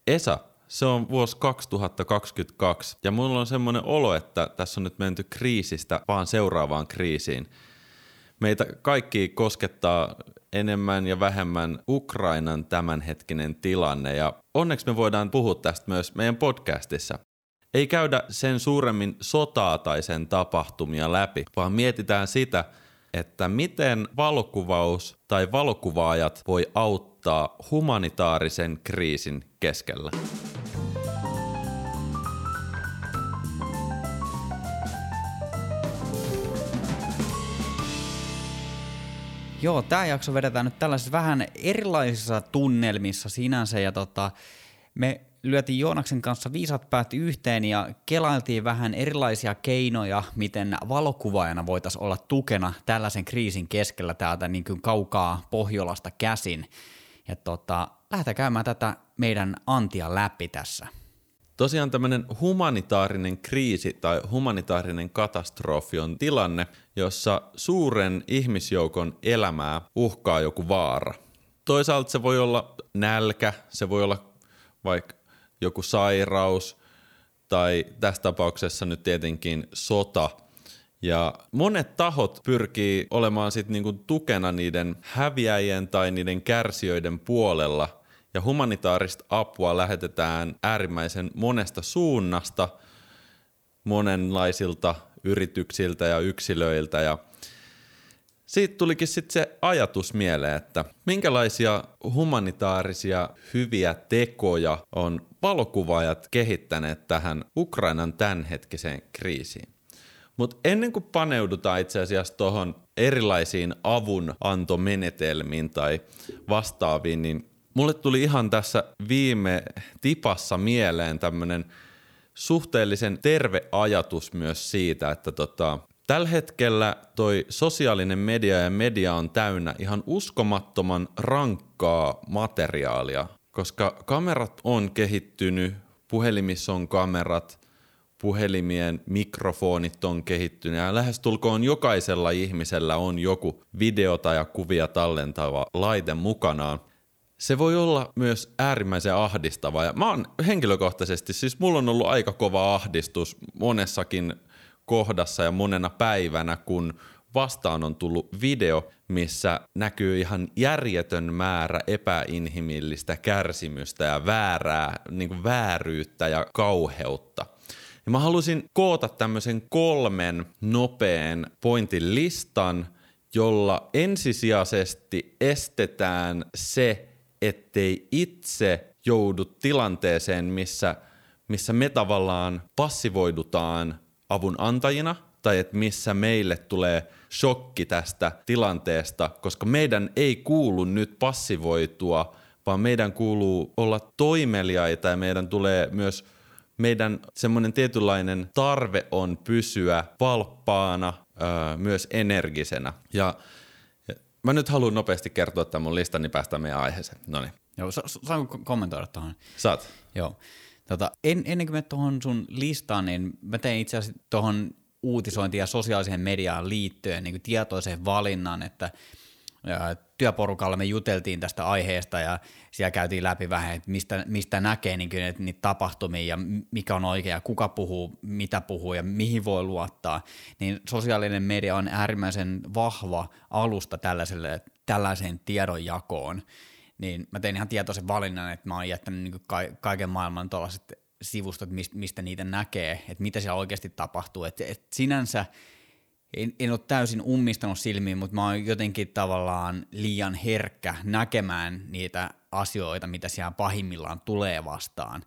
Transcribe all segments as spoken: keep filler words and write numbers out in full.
Esa, se on vuosi kaksituhattakaksikymmentäkaksi ja mulla on semmoinen olo, että tässä on nyt menty kriisistä vaan seuraavaan kriisiin. Meitä kaikki koskettaa enemmän ja vähemmän Ukrainan tämänhetkinen tilanne ja onneksi me voidaan puhua tästä myös meidän podcastissa. Ei käydä sen suuremmin sotaa tai sen tapahtumia läpi, vaan mietitään sitä, että miten valokuvaus tai valokuvaajat voi auttaa humanitaarisen kriisin keskellä. Joo, tämä jakso vedetään nyt tällaisissa vähän erilaisissa tunnelmissa sinänsä ja tota, me lyötiin Joonaksen kanssa viisat päät yhteen ja kelailtiin vähän erilaisia keinoja, miten valokuvaajana voitaisiin olla tukena tällaisen kriisin keskellä täältä niin kuin kaukaa Pohjolasta käsin. Ja tota, lähdetään käymään tätä meidän antia läpi tässä. Tosiaan tämmöinen humanitaarinen kriisi tai humanitaarinen katastrofi on tilanne, jossa suuren ihmisjoukon elämää uhkaa joku vaara. Toisaalta se voi olla nälkä, se voi olla vaikka joku sairaus tai tässä tapauksessa nyt tietenkin sota. Ja monet tahot pyrkii olemaan sitten niinku tukena niiden häviäjien tai niiden kärsijöiden puolella. Ja humanitaarista apua lähetetään äärimmäisen monesta suunnasta, monenlaisilta yrityksiltä ja yksilöiltä. Ja siitä tulikin sitten se ajatus mieleen, että minkälaisia humanitaarisia hyviä tekoja on valokuvaajat kehittäneet tähän Ukrainan tämänhetkiseen kriisiin. Mutta ennen kuin paneudutaan itse asiassa tuohon erilaisiin avunantomenetelmiin tai vastaaviin, niin mulle tuli ihan tässä viime tipassa mieleen tämmöinen suhteellisen terve ajatus myös siitä, että tota, tällä hetkellä toi sosiaalinen media ja media on täynnä ihan uskomattoman rankkaa materiaalia, koska kamerat on kehittynyt, puhelimissa on kamerat, puhelimien mikrofonit on kehittynyt ja lähestulkoon jokaisella ihmisellä on joku videota ja kuvia tallentava laite mukanaan. Se voi olla myös äärimmäisen ahdistava ja mä oon henkilökohtaisesti, siis mulla on ollut aika kova ahdistus monessakin kohdassa ja monena päivänä, kun vastaan on tullut video, missä näkyy ihan järjetön määrä epäinhimillistä kärsimystä ja väärää, niin kuin vääryyttä ja kauheutta. Ja mä halusin koota tämmöisen kolmen nopean pointin listan, jolla ensisijaisesti estetään se, ettei itse joudu tilanteeseen, missä, missä me tavallaan passivoidutaan avun antajina tai että missä meille tulee shokki tästä tilanteesta, koska meidän ei kuulu nyt passivoitua, vaan meidän kuuluu olla toimeliaita ja meidän tulee myös, meidän semmoinen tietynlainen tarve on pysyä valppaana, öö, myös energisenä. Ja mä nyt haluan nopeasti kertoa tämän mun listan, niin päästään meidän aiheeseen. Noniin. Joo, sa- saanko kommentoida tuohon? Saat. Joo. Tota, en, ennen kuin me tuohon sun listaan, niin mä tein itse asiassa tuohon uutisointiin ja sosiaaliseen mediaan liittyen niin kuin tietoisen valinnan, että ää, työporukalla me juteltiin tästä aiheesta ja siellä käytiin läpi vähän, että mistä, mistä näkee niin kuin, että niitä tapahtumia ja mikä on oikea, kuka puhuu, mitä puhuu ja mihin voi luottaa, niin sosiaalinen media on äärimmäisen vahva alusta tällaiselle, tällaiseen tiedonjakoon. Niin mä tein ihan tietoisen valinnan, että mä oon jättänyt niin ka- kaiken maailman tuollaiset sivustot, mistä niitä näkee, että mitä siellä oikeasti tapahtuu. Et, et sinänsä en, en ole täysin ummistanut silmiin, mutta mä oon jotenkin tavallaan liian herkkä näkemään niitä asioita, mitä siellä pahimmillaan tulee vastaan.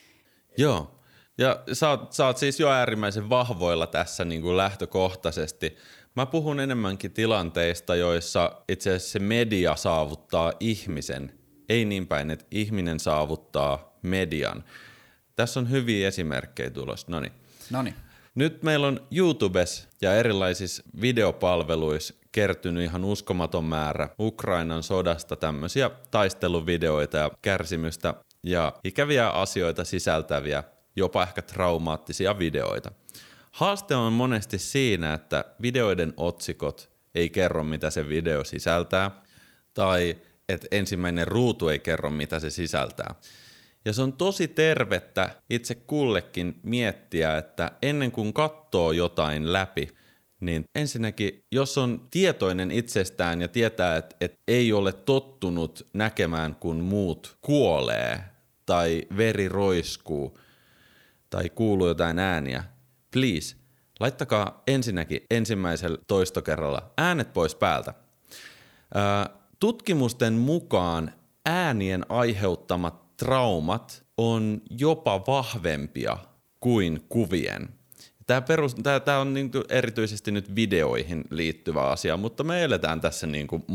Joo, ja sä oot, sä oot siis jo äärimmäisen vahvoilla tässä niin kuin lähtökohtaisesti. Mä puhun enemmänkin tilanteista, joissa itse asiassa se media saavuttaa ihmisen, ei niin päin, että ihminen saavuttaa median. Tässä on hyviä esimerkkejä tulossa. Noniin. Noniin. Nyt meillä on YouTubessa ja erilaisissa videopalveluissa kertynyt ihan uskomaton määrä Ukrainan sodasta tämmöisiä taisteluvideoita ja kärsimystä ja ikäviä asioita sisältäviä, jopa ehkä traumaattisia videoita. Haaste on monesti siinä, että videoiden otsikot ei kerro, mitä se video sisältää, tai että ensimmäinen ruutu ei kerro, mitä se sisältää. Ja se on tosi tervettä itse kullekin miettiä, että ennen kuin katsoo jotain läpi, niin ensinnäkin, jos on tietoinen itsestään ja tietää, että, että ei ole tottunut näkemään, kun muut kuolee tai veri roiskuu tai kuuluu jotain ääniä, please, laittakaa ensinnäkin ensimmäisellä toistokerralla äänet pois päältä. Ää, tutkimusten mukaan äänien aiheuttamat traumat on jopa vahvempia kuin kuvien. Tämä, perus, tämä, tämä on niin kuin erityisesti nyt videoihin liittyvä asia, mutta me eletään tässä niin kuin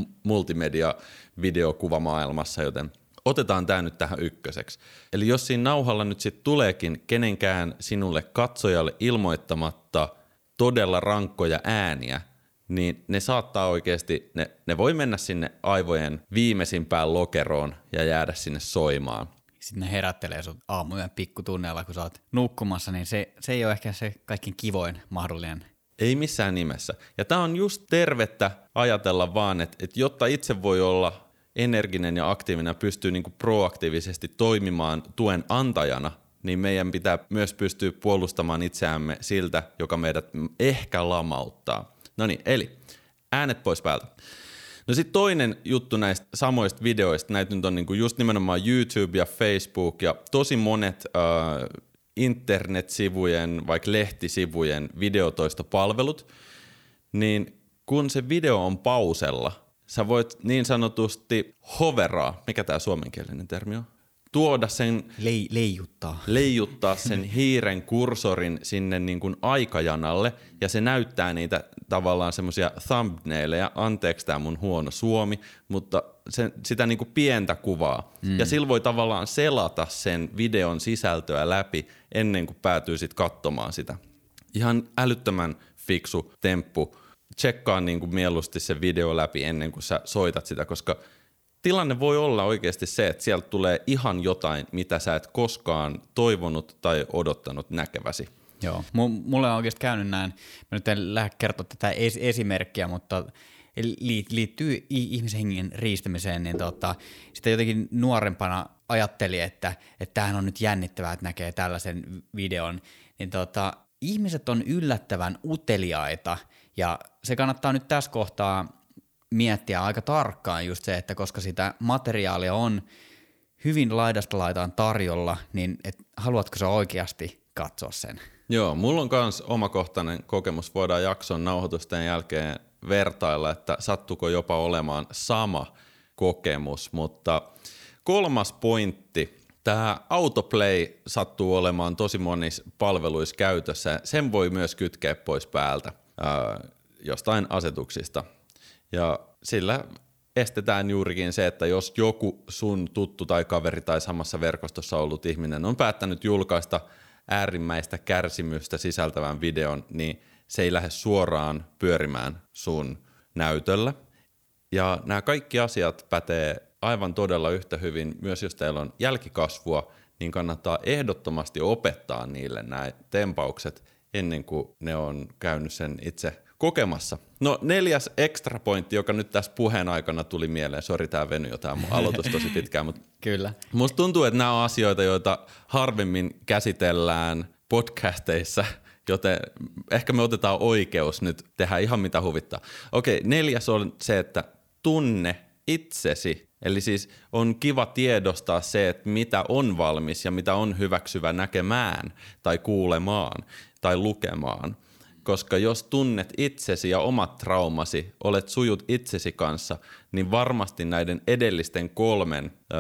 multimedia-videokuvamaailmassa, joten otetaan tämä nyt tähän ykköseksi. Eli jos siinä nauhalla nyt sitten tuleekin kenenkään sinulle katsojalle ilmoittamatta todella rankkoja ääniä, niin ne saattaa oikeasti, ne, ne voi mennä sinne aivojen viimeisimpään lokeroon ja jäädä sinne soimaan. Sitten ne herättelee sut aamuyön pikkutunneilla, kun sä oot nukkumassa, niin se, se ei ole ehkä se kaikkein kivoin mahdollinen. Ei missään nimessä. Ja tää on just tervettä ajatella vaan, että, että jotta itse voi olla energinen ja aktiivinen ja pystyy niinku proaktiivisesti toimimaan tuen antajana, niin meidän pitää myös pystyä puolustamaan itseämme siltä, joka meidät ehkä lamauttaa. No niin, eli äänet pois päältä. No sitten toinen juttu näistä samoista videoista, näitä nyt on niinku just nimenomaan YouTube ja Facebook ja tosi monet äh, internetsivujen, vaikka lehtisivujen videotoistopalvelut, niin kun se video on pausella, sä voit niin sanotusti hoveraa, mikä tää suomenkielinen termi on? Tuoda sen, Lei, leijuttaa. leijuttaa sen hiiren kursorin sinne niin kuin aikajanalle ja se näyttää niitä tavallaan semmoisia thumbnaileja, anteeksi tää mun huono suomi, mutta se, sitä niin kuin pientä kuvaa. Mm. Ja sillä voi tavallaan selata sen videon sisältöä läpi ennen kuin päätyy sit katsomaan sitä. Ihan älyttömän fiksu temppu. Tsekkaa niin kuin mieluusti se video läpi ennen kuin sä soitat sitä, koska tilanne voi olla oikeasti se, että sieltä tulee ihan jotain, mitä sä et koskaan toivonut tai odottanut näkeväsi. Joo, M- mulle on oikeasti käynyt näin. Mä nyt en lähde kertoa tätä es- esimerkkiä, mutta li- liittyy ihmisen hengen riistämiseen, niin tota, sitä jotenkin nuorempana ajatteli, että että tämähän on nyt jännittävää, että näkee tällaisen videon. Niin tota, ihmiset on yllättävän uteliaita ja se kannattaa nyt tässä kohtaa miettiä aika tarkkaan just se, että koska sitä materiaalia on hyvin laidasta laitaan tarjolla, niin et, haluatko sä oikeasti katsoa sen? Joo, mulla on myös omakohtainen kokemus. Voidaan jakson nauhoitusten jälkeen vertailla, että sattuko jopa olemaan sama kokemus. Mutta kolmas pointti. Tämä autoplay sattuu olemaan tosi monissa palveluissa käytössä. Sen voi myös kytkeä pois päältä ää, jostain asetuksista. Ja sillä estetään juurikin se, että jos joku sun tuttu tai kaveri tai samassa verkostossa ollut ihminen on päättänyt julkaista äärimmäistä kärsimystä sisältävän videon, niin se ei lähde suoraan pyörimään sun näytöllä. Ja nämä kaikki asiat pätee aivan todella yhtä hyvin, myös jos teillä on jälkikasvua, niin kannattaa ehdottomasti opettaa niille nämä tempaukset ennen kuin ne on käynyt sen itse kokemassa. No neljäs extra pointti, joka nyt tässä puheen aikana tuli mieleen. Sori, tää venyi jo tää mun aloitus tosi pitkään, mutta Kyllä. Musta tuntuu, että nämä on asioita, joita harvemmin käsitellään podcasteissa, joten ehkä me otetaan oikeus nyt tehdä ihan mitä huvittaa. Okei, neljäs on se, että tunne itsesi. Eli siis on kiva tiedostaa se, että mitä on valmis ja mitä on hyväksyvä näkemään tai kuulemaan tai lukemaan. Koska jos tunnet itsesi ja omat traumasi, olet sujut itsesi kanssa, niin varmasti näiden edellisten kolmen ö,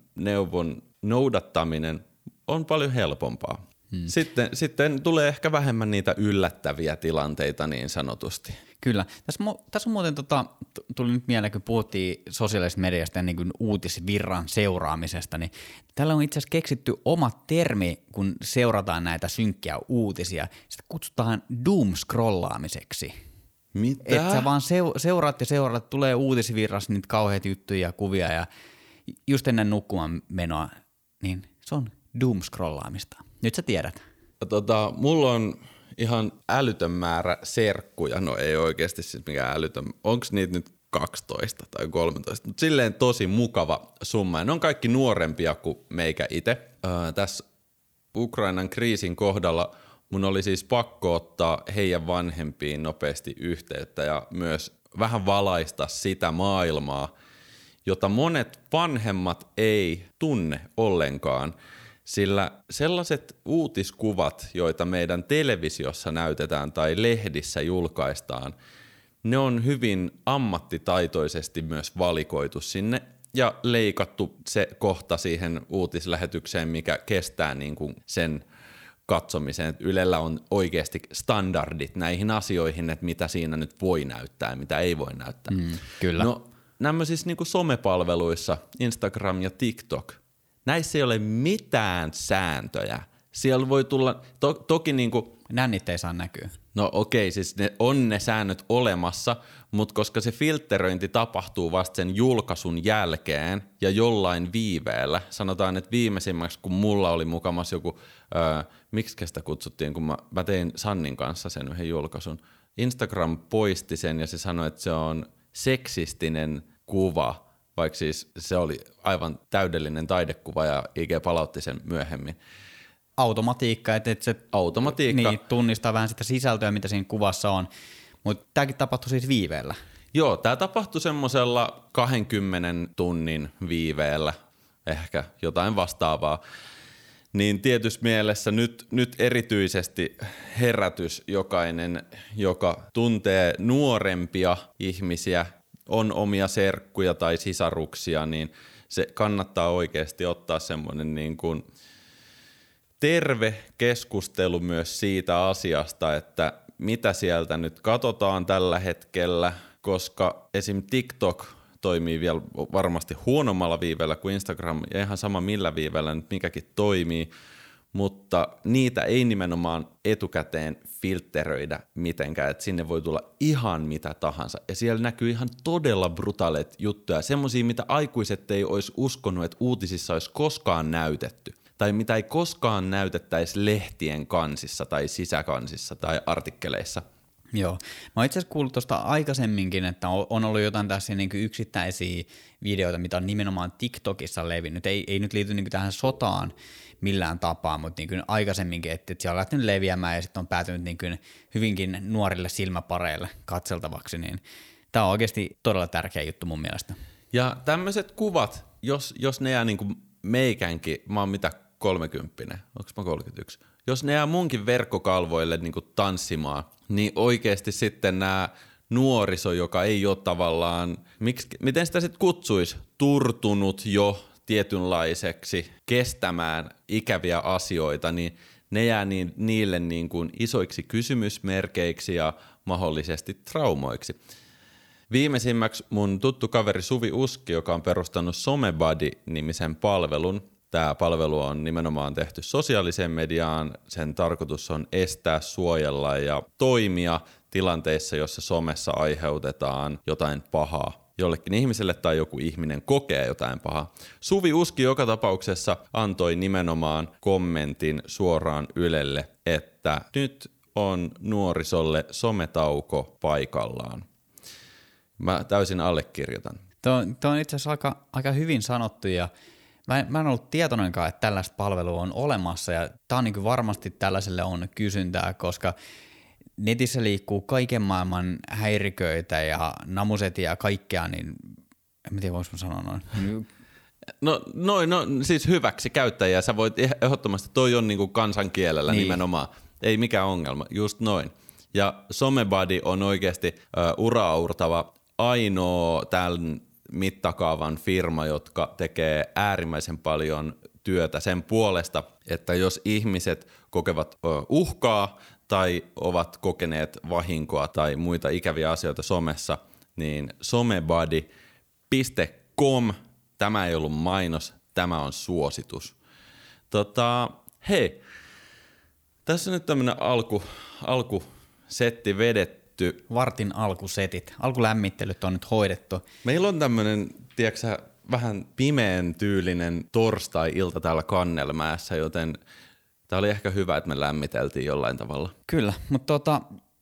neuvon noudattaminen on paljon helpompaa. Hmm. Sitten, sitten tulee ehkä vähemmän niitä yllättäviä tilanteita niin sanotusti. Kyllä. Tässä, tässä on muuten, tota, tuli nyt mieleen, kun puhuttiin sosiaalisesta mediasta ja niin kuin uutisvirran seuraamisesta, niin täällä on itse asiassa keksitty oma termi, kun seurataan näitä synkkiä uutisia. Sitä kutsutaan doom-scrollaamiseksi. Mitä? Että sä vaan seuraat ja seuraat, tulee uutisvirrassa niitä kauheita juttuja ja kuvia ja just ennen nukkumaan menoa, niin se on doom-scrollaamista. Nyt sä tiedät. Tota, mulla on ihan älytön määrä serkkuja. No ei oikeasti siis mikään älytön. Onko niitä nyt kaksitoista tai kolmetoista, mutta silleen tosi mukava summa. Ja ne on kaikki nuorempia kuin meikä itse. Öö, tässä Ukrainan kriisin kohdalla mun oli siis pakko ottaa heidän vanhempiin nopeasti yhteyttä ja myös vähän valaista sitä maailmaa, jota monet vanhemmat ei tunne ollenkaan, sillä sellaiset uutiskuvat, joita meidän televisiossa näytetään tai lehdissä julkaistaan, ne on hyvin ammattitaitoisesti myös valikoitu sinne ja leikattu se kohta siihen uutislähetykseen, mikä kestää niin kuin sen katsomiseen. Ylellä on oikeasti standardit näihin asioihin, että mitä siinä nyt voi näyttää ja mitä ei voi näyttää. Mm, kyllä. No nämä siis niin kuin somepalveluissa, Instagram ja TikTok, näissä ei ole mitään sääntöjä. Siellä voi tulla, to, toki niin kuin nännit ei saa näkyä. No okei, siis ne, on ne säännöt olemassa, mutta koska se filtteröinti tapahtuu vasta sen julkaisun jälkeen ja jollain viiveellä, sanotaan, että viimeisimmäksi, kun mulla oli mukamas joku, öö, miksi sitä kutsuttiin, kun mä, mä tein Sannin kanssa sen yhden julkaisun, Instagram poisti sen ja se sanoi, että se on seksistinen kuva, vaikka siis se oli aivan täydellinen taidekuva ja I G palautti sen myöhemmin. Automatiikka, että et se Automatiikka. Niin, tunnistaa vähän sitä sisältöä, mitä siinä kuvassa on, mutta tämäkin tapahtui siis viiveellä. Joo, tämä tapahtui semmoisella kahdenkymmenen tunnin viiveellä, ehkä jotain vastaavaa. Niin tietyssä mielessä nyt, nyt erityisesti herätys jokainen, joka tuntee nuorempia ihmisiä, on omia serkkuja tai sisaruksia, niin se kannattaa oikeasti ottaa semmoinen niin kuin terve keskustelu myös siitä asiasta, että mitä sieltä nyt katsotaan tällä hetkellä, koska esim. TikTok toimii vielä varmasti huonommalla viiveellä kuin Instagram, ja ihan sama millä viiveellä nyt mikäkin toimii, mutta niitä ei nimenomaan etukäteen filtteröidä mitenkään, että sinne voi tulla ihan mitä tahansa, ja siellä näkyy ihan todella brutaaleita juttuja, semmoisia, mitä aikuiset ei olisi uskonut, että uutisissa olisi koskaan näytetty, tai mitä ei koskaan näytettäisi lehtien kansissa tai sisäkansissa tai artikkeleissa. Joo. Mä oon itse asiassa kuullut tuosta aikaisemminkin, että on ollut jotain tässä niin kuin yksittäisiä videoita, mitä on nimenomaan TikTokissa levinnyt. Ei, ei nyt liity niin kuin tähän sotaan millään tapaa, mutta niin kuin aikaisemminkin, että, että siellä on lähtenyt leviämään ja sitten on päätynyt niin kuin hyvinkin nuorille silmäpareille katseltavaksi, niin tää on oikeasti todella tärkeä juttu mun mielestä. Ja tämmöiset kuvat, jos, jos ne jää niin kuin meikänkin, mä oon mitä kolmekymppinen, onko mä kolmekymmentäyksi, jos ne jää munkin verkkokalvoille niin kuin tanssimaan, niin oikeasti sitten nämä nuoriso, joka ei ole tavallaan, miksi, miten sitä sitten kutsuisi, turtunut jo tietynlaiseksi kestämään ikäviä asioita, niin ne jää niin, niille niin kuin isoiksi kysymysmerkeiksi ja mahdollisesti traumoiksi. Viimeisimmäksi mun tuttu kaveri Suvi Uski, joka on perustanut SomeBuddy-nimisen palvelun. Tämä palvelu on nimenomaan tehty sosiaaliseen mediaan. Sen tarkoitus on estää, suojella ja toimia tilanteissa, jossa somessa aiheutetaan jotain pahaa jollekin ihmiselle tai joku ihminen kokee jotain pahaa. Suvi Uski joka tapauksessa antoi nimenomaan kommentin suoraan Ylelle, että nyt on nuorisolle sometauko paikallaan. Mä täysin allekirjoitan. Tuo, tuo on itse asiassa aika, aika hyvin sanottu ja mä en, mä en ollut tietoinenkaan, että tällaista palvelua on olemassa ja tää on niin kuin varmasti tällaiselle on kysyntää, koska netissä liikkuu kaiken maailman häiriköitä ja namusetia ja kaikkea, niin en tiedä voinko mä sanoa noin. No, no, no siis hyväksi käyttäjiä, sä voit ehdottomasti, toi on niinku kansankielellä niin. Nimenomaan, ei mikään ongelma, just noin. Ja SomeBuddy on oikeasti uh, ura-aurtava ainoa tämän mittakaavan firma, jotka tekee äärimmäisen paljon työtä sen puolesta, että jos ihmiset kokevat uh, uhkaa tai ovat kokeneet vahinkoa tai muita ikäviä asioita somessa, niin somebuddy piste com, tämä ei ollut mainos, tämä on suositus. Tota, hei, tässä on nyt tämmönen alku, alkusetti vedetty. Vartin alkusetit, alkulämmittelyt on nyt hoidettu. Meillä on tämmönen, tiedätkö vähän pimeän tyylinen torstai-ilta täällä Kannelmäessä, joten tämä oli ehkä hyvä, että me lämmiteltiin jollain tavalla. Kyllä, mutta tota,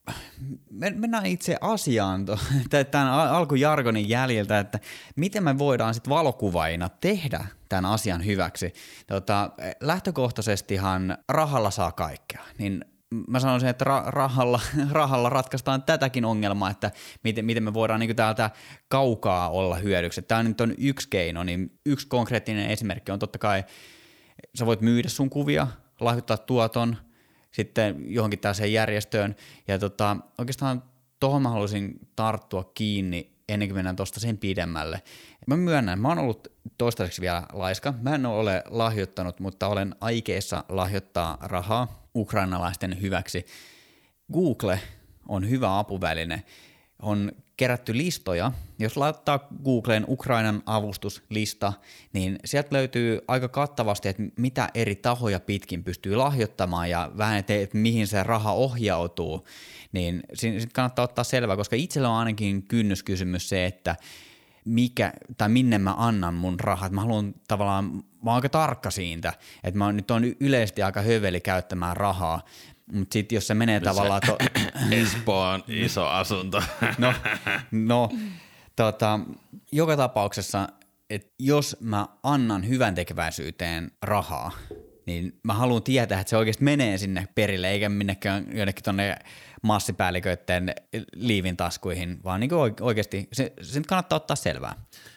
mennään itse asiaan tämän alkujargonin jäljiltä, että miten me voidaan sitten valokuvaajina tehdä tämän asian hyväksi. Tota, lähtökohtaisestihan rahalla saa kaikkea, niin mä sanoisin, että ra- rahalla, rahalla ratkaistaan tätäkin ongelmaa, että miten, miten me voidaan niin kuin täältä kaukaa olla hyödyksi. Tämä nyt on yksi keino, niin yksi konkreettinen esimerkki on totta kai, sä voit myydä sun kuvia, lahjoittaa tuoton, sitten johonkin tällaiseen järjestöön, ja tota, oikeastaan tohon mä haluaisin tarttua kiinni ennen kuin mennään tuosta sen pidemmälle. Mä myönnän, mä oon ollut toistaiseksi vielä laiska, mä en ole lahjoittanut, mutta olen aikeissa lahjoittaa rahaa ukrainalaisten hyväksi. Google on hyvä apuväline, on kerätty listoja. Jos laittaa Googleen Ukrainan avustuslista, niin sieltä löytyy aika kattavasti, että mitä eri tahoja pitkin pystyy lahjoittamaan ja vähän, että, että mihin se raha ohjautuu, niin sitten kannattaa ottaa selvää, koska itsellä on ainakin kynnyskysymys se, että mikä, tai minne mä annan mun rahat. Mä haluan tavallaan, mä oon aika tarkka siitä, että mä nyt on yleisesti aika höveli käyttämään rahaa, mutta sitten jos se menee se tavallaan... To- Espoon iso asunto. no, no tota, joka tapauksessa, että jos mä annan hyvän tekeväisyyteen rahaa, niin mä haluan tietää, että se oikeasti menee sinne perille, eikä minnekään jonnekin tonne massipäälliköiden liivin taskuihin, vaan niin oikeasti se, se nyt kannattaa ottaa selvää.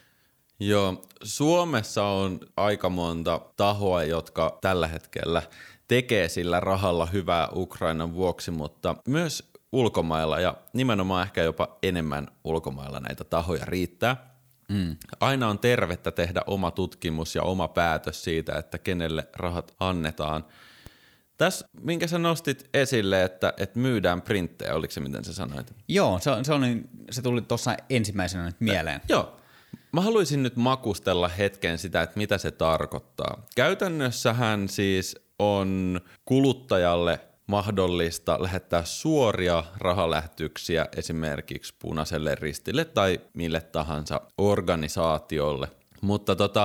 Joo, Suomessa on aika monta tahoa, jotka tällä hetkellä tekee sillä rahalla hyvää Ukrainan vuoksi, mutta myös ulkomailla ja nimenomaan ehkä jopa enemmän ulkomailla näitä tahoja riittää. Mm. Aina on tervettä tehdä oma tutkimus ja oma päätös siitä, että kenelle rahat annetaan. Tässä, minkä sä nostit esille, että, että myydään printtejä, oliko se miten sä sanoit? Joo, se, se, oli, se tuli tuossa ensimmäisenä nyt mieleen. Joo. Mä haluaisin nyt makustella hetken sitä, että mitä se tarkoittaa. Käytännössähän siis on kuluttajalle mahdollista lähettää suoria rahalähetyksiä esimerkiksi Punaiselle Ristille tai mille tahansa organisaatiolle. Mutta tota,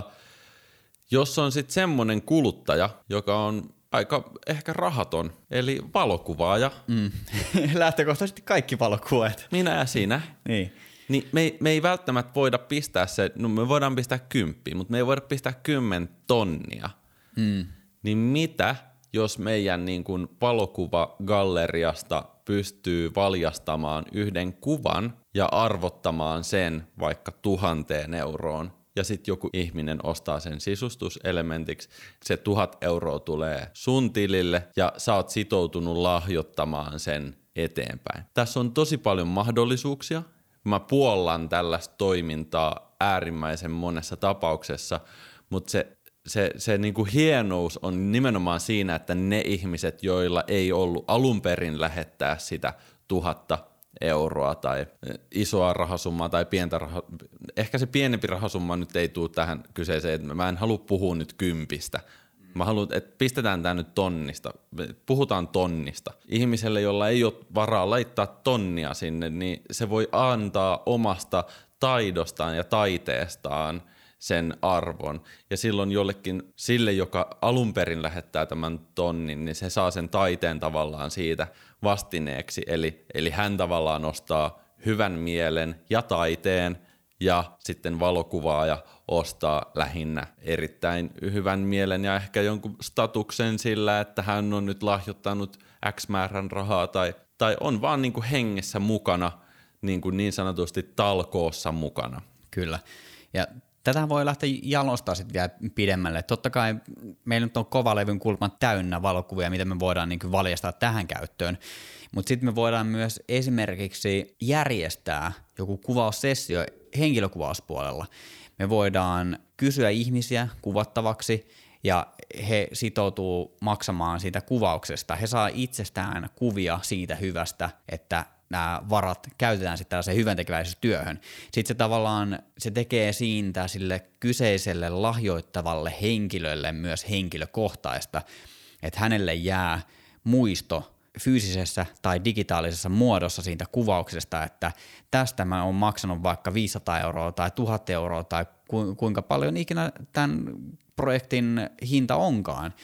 jos on sitten semmoinen kuluttaja, joka on aika ehkä rahaton, eli valokuvaaja. Mm. Lähtökohtaisesti kaikki valokuvat. Minä ja sinä. niin. Niin me, ei, me ei välttämättä voida pistää se, no me voidaan pistää kymppiä, mutta me ei voida pistää kymmen tonnia. Mm. Niin mitä, jos meidän niin kuin valokuvagalleriasta pystyy valjastamaan yhden kuvan ja arvottamaan sen vaikka tuhanteen euroon, ja sitten joku ihminen ostaa sen sisustuselementiksi, se tuhat euroa tulee sun tilille ja sä oot sitoutunut lahjoittamaan sen eteenpäin. Tässä on tosi paljon mahdollisuuksia. Mä puollan tällaista toimintaa äärimmäisen monessa tapauksessa, mutta se, se, se niinku hienous on nimenomaan siinä, että ne ihmiset, joilla ei ollut alun perin lähettää sitä tuhatta euroa tai isoa rahasummaa tai pientä rahasummaa, ehkä se pienempi rahasumma nyt ei tule tähän kyseeseen, että mä en halua puhua nyt kympistä. Mä haluan, että pistetään tää nyt tonnista, puhutaan tonnista. Ihmiselle, jolla ei ole varaa laittaa tonnia sinne, niin se voi antaa omasta taidostaan ja taiteestaan sen arvon. Ja silloin jollekin, sille joka alun perin lähettää tämän tonnin, niin se saa sen taiteen tavallaan siitä vastineeksi. Eli, eli hän tavallaan ostaa hyvän mielen ja taiteen, ja sitten valokuvaaja ostaa lähinnä erittäin hyvän mielen ja ehkä jonkun statuksen sillä, että hän on nyt lahjoittanut X määrän rahaa tai, tai on vaan niin kuin hengessä mukana, niin, kuin niin sanotusti talkoossa mukana. Kyllä. Ja tätä voi lähteä jalostaa sitten vielä pidemmälle. Totta kai meillä nyt on kovalevyn kulmat täynnä valokuvia, mitä me voidaan niin kuin valjastaa tähän käyttöön. Mutta sitten me voidaan myös esimerkiksi järjestää joku kuvaussessio henkilökuvauspuolella. Me voidaan kysyä ihmisiä kuvattavaksi ja he sitoutuu maksamaan siitä kuvauksesta. He saa itsestään kuvia siitä hyvästä, että nämä varat käytetään sitten tällaiseen hyväntekeväisyystyöhön. Sitten se tavallaan se tekee siitä sille kyseiselle lahjoittavalle henkilölle myös henkilökohtaista, että hänelle jää muisto fyysisessä tai digitaalisessa muodossa siitä kuvauksesta, että tästä mä oon maksanut vaikka viisisataa euroa tai tuhat euroa tai ku, kuinka paljon ikinä tämän projektin hinta onkaan.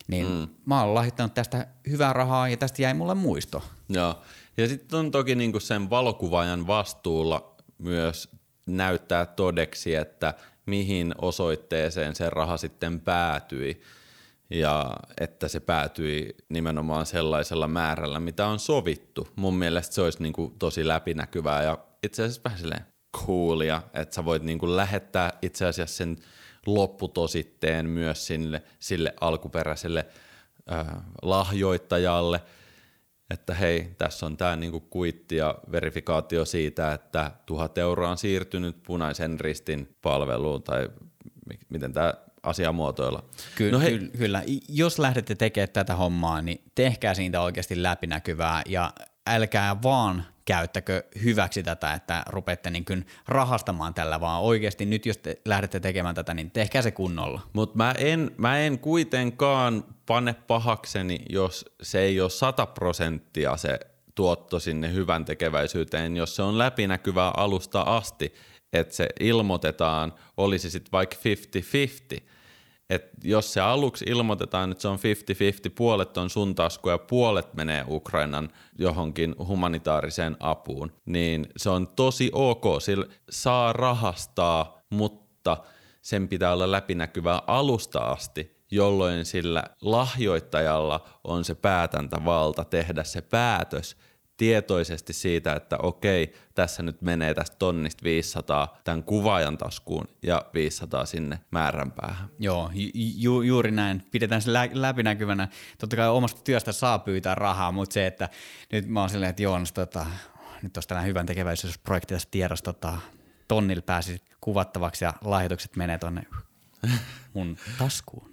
Niin mm. mä oon lahjoittanut tästä hyvää rahaa ja tästä jäi mulle muisto. Joo. Ja sitten on toki niinku sen valokuvaajan vastuulla myös näyttää todeksi, että mihin osoitteeseen se raha sitten päätyi ja että se päätyi nimenomaan sellaisella määrällä, mitä on sovittu. Mun mielestä se olisi niinku tosi läpinäkyvää ja itse asiassa vähän silleen coolia, että sä voit niinku lähettää itse asiassa sen lopputositteen myös sille, sille alkuperäiselle äh, lahjoittajalle, että hei, tässä on tämä niinku kuitti ja verifikaatio siitä, että tuhat euroa on siirtynyt Punaisen Ristin palveluun tai miten tämä asia muotoilla. Ky- no ky- kyllä, jos lähdette tekemään tätä hommaa, niin tehkää siitä oikeasti läpinäkyvää ja älkää vaan käyttäkö hyväksi tätä, että rupeatte niin kuin rahastamaan tällä, vaan oikeasti nyt jos te lähdette tekemään tätä, niin tehkää se kunnolla. Mutta mä en, mä en kuitenkaan pane pahakseni, jos se ei ole sata prosenttia se tuotto sinne hyvän tekeväisyyteen, jos se on läpinäkyvää alusta asti, että se ilmoitetaan, olisi sitten vaikka viisikymmentä viisikymmentä. Et jos se aluksi ilmoitetaan, että se on viisikymmentä viisikymmentä, puolet on sun tasku ja puolet menee Ukrainan johonkin humanitaariseen apuun, niin se on tosi ok. Sillä saa rahastaa, mutta sen pitää olla läpinäkyvää alusta asti, jolloin sillä lahjoittajalla on se päätäntävalta tehdä se päätös tietoisesti siitä, että okei, tässä nyt menee tästä tonnista viisisataa tämän kuvaajan taskuun ja viisisataa sinne määränpäähän. Joo, ju- juuri näin. Pidetään se lä- läpinäkyvänä. Totta kai omasta työstä saa pyytää rahaa, mutta se, että nyt mä oon silleen, että joo, no, tota, nyt olisi tällainen hyvän tekeväisyysprojekti tässä tiedossa, tota, tonnilla pääsi kuvattavaksi ja lahjoitukset menee tonne mun taskuun.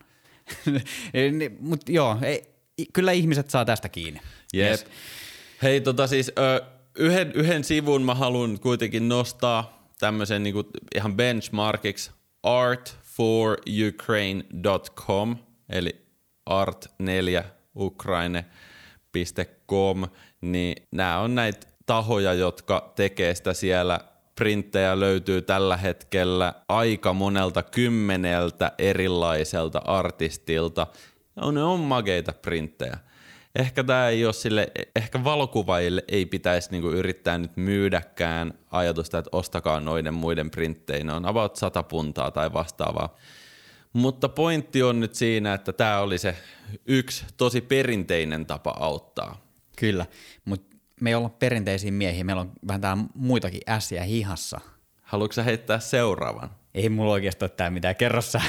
Mutta joo, ei, kyllä ihmiset saa tästä kiinni. Jep. Yes. Hei, tota siis ö, yhden, yhden sivun mä haluan kuitenkin nostaa tämmöisen niinku ihan benchmarkiksi art for ukraine dot com eli art neljä ukraine piste com, niin nämä on näitä tahoja, jotka tekee sitä siellä. Printtejä löytyy tällä hetkellä aika monelta kymmeneltä erilaiselta artistilta. Ja ne on mageita printtejä. Ehkä tää ei ole sille, ehkä valokuvaajille ei pitäisi niinku yrittää nyt myydäkään ajatusta, että ostakaa noiden muiden printtejä. Ne on about sata puntaa tai vastaavaa. Mutta pointti on nyt siinä, että tää oli se yksi tosi perinteinen tapa auttaa. Kyllä, mutta me ei olla perinteisiä miehiä, meillä on vähän tää muitakin ässiä hihassa. Haluatko sä heittää seuraavan? Ei mulla oikeastaan ole tää mitään, kerro sä.